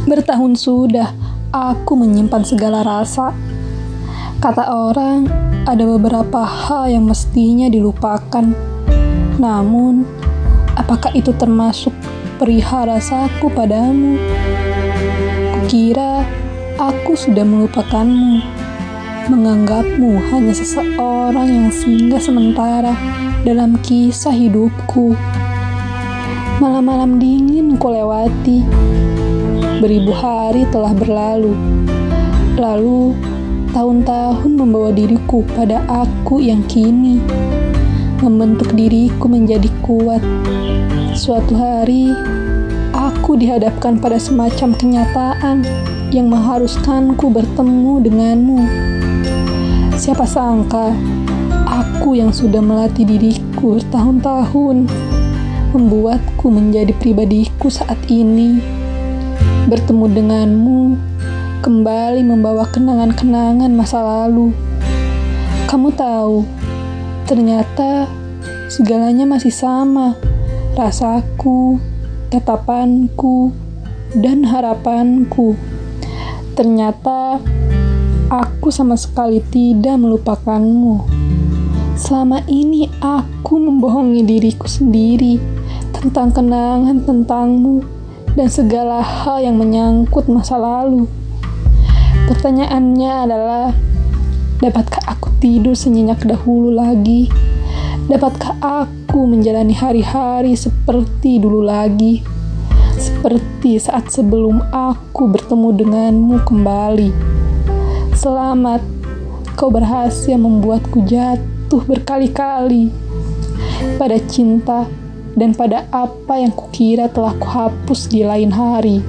Bertahun sudah aku menyimpan segala rasa. Kata orang, ada beberapa hal yang mestinya dilupakan. Namun, apakah itu termasuk perihal rasaku padamu? Kukira aku sudah melupakanmu, menganggapmu hanya seseorang yang singgah sementara dalam kisah hidupku. Malam-malam dingin ku lewati. Beribu hari telah berlalu. Lalu, tahun-tahun membawa diriku pada aku yang kini membentuk diriku menjadi kuat. Suatu hari, aku dihadapkan pada semacam kenyataan yang mengharuskanku bertemu denganmu. Siapa sangka, aku yang sudah melatih diriku bertahun-tahun membuatku menjadi pribadiku saat ini. Bertemu denganmu kembali membawa kenangan-kenangan masa lalu. Kamu tahu, ternyata segalanya masih sama. Rasaku, tatapanku, dan harapanku. Ternyata aku sama sekali tidak melupakanmu. Selama ini aku membohongi diriku sendiri tentang kenangan tentangmu dan segala hal yang menyangkut masa lalu. Pertanyaannya adalah, dapatkah aku tidur senyenyak dahulu lagi? Dapatkah aku menjalani hari-hari seperti dulu lagi? Seperti saat sebelum aku bertemu denganmu kembali. Selamat, kau berhasil membuatku jatuh berkali-kali pada cinta dan pada apa yang kukira telah kuhapus di lain hari.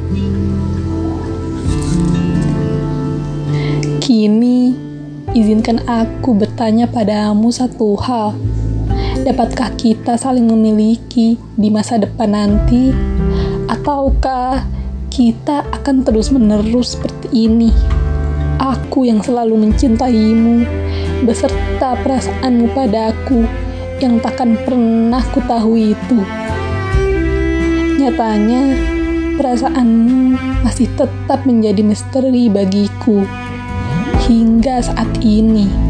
Kini, izinkan aku bertanya padamu satu hal. Dapatkah kita saling memiliki di masa depan nanti? Ataukah kita akan terus-menerus seperti ini? Aku yang selalu mencintaimu, beserta perasaanmu padaku yang takkan pernah kutahui itu. Nyatanya, perasaanmu masih tetap menjadi misteri bagiku hingga saat ini.